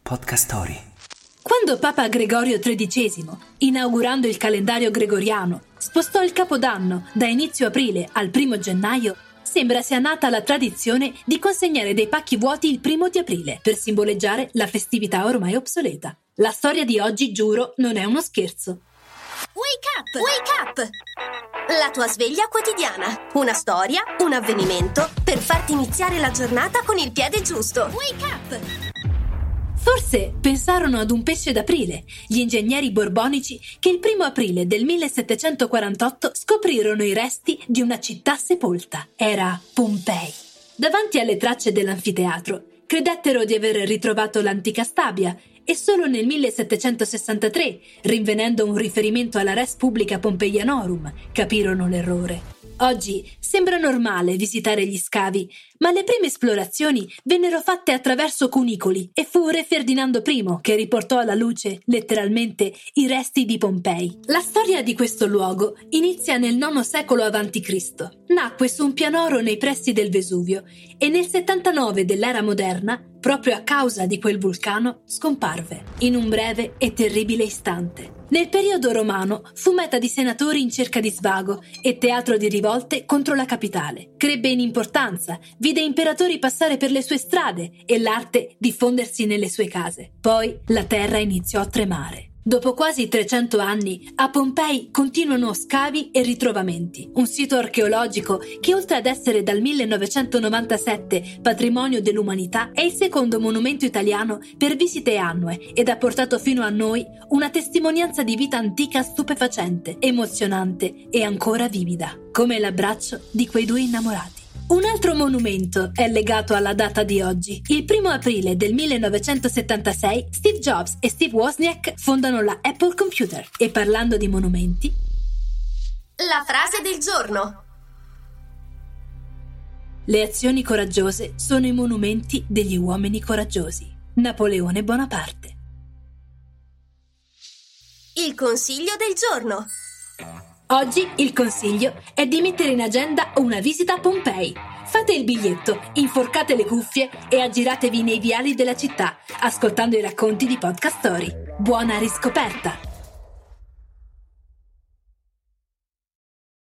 Podcast Story. Quando Papa Gregorio XIII, inaugurando il calendario gregoriano, spostò il Capodanno da inizio aprile al 1 gennaio, sembra sia nata la tradizione di consegnare dei pacchi vuoti il 1 di aprile per simboleggiare la festività ormai obsoleta. La storia di oggi, giuro, non è uno scherzo. Wake up! La tua sveglia quotidiana. Una storia, un avvenimento per farti iniziare la giornata con il piede giusto. Wake up! Forse pensarono ad un pesce d'aprile, gli ingegneri borbonici che il 1 aprile del 1748 scoprirono i resti di una città sepolta. Era Pompei. Davanti alle tracce dell'anfiteatro, credettero di aver ritrovato l'antica Stabia e solo nel 1763, rinvenendo un riferimento alla Res Publica Pompeianorum, capirono l'errore. Oggi sembra normale visitare gli scavi, ma le prime esplorazioni vennero fatte attraverso cunicoli e fu re Ferdinando I che riportò alla luce, letteralmente, i resti di Pompei. La storia di questo luogo inizia nel IX secolo a.C. Nacque su un pianoro nei pressi del Vesuvio e nel 79 dell'era moderna, proprio a causa di quel vulcano, scomparve in un breve e terribile istante. Nel periodo romano fu meta di senatori in cerca di svago e teatro di rivolte contro la capitale. Crebbe in importanza, vide imperatori passare per le sue strade e l'arte diffondersi nelle sue case. Poi la terra iniziò a tremare. Dopo quasi 300 anni, a Pompei continuano scavi e ritrovamenti. Un sito archeologico che, oltre ad essere dal 1997 patrimonio dell'umanità, è il secondo monumento italiano per visite annue ed ha portato fino a noi una testimonianza di vita antica stupefacente, emozionante e ancora vivida, come l'abbraccio di quei due innamorati. Un altro monumento è legato alla data di oggi. Il 1 aprile del 1976 Steve Jobs e Steve Wozniak fondano la Apple Computer. E parlando di monumenti, la frase del giorno. Le azioni coraggiose sono i monumenti degli uomini coraggiosi. Napoleone Bonaparte. Il consiglio del giorno. Oggi il consiglio è di mettere in agenda una visita a Pompei. Fate il biglietto, inforcate le cuffie e aggiratevi nei viali della città, ascoltando i racconti di Podcast Story. Buona riscoperta!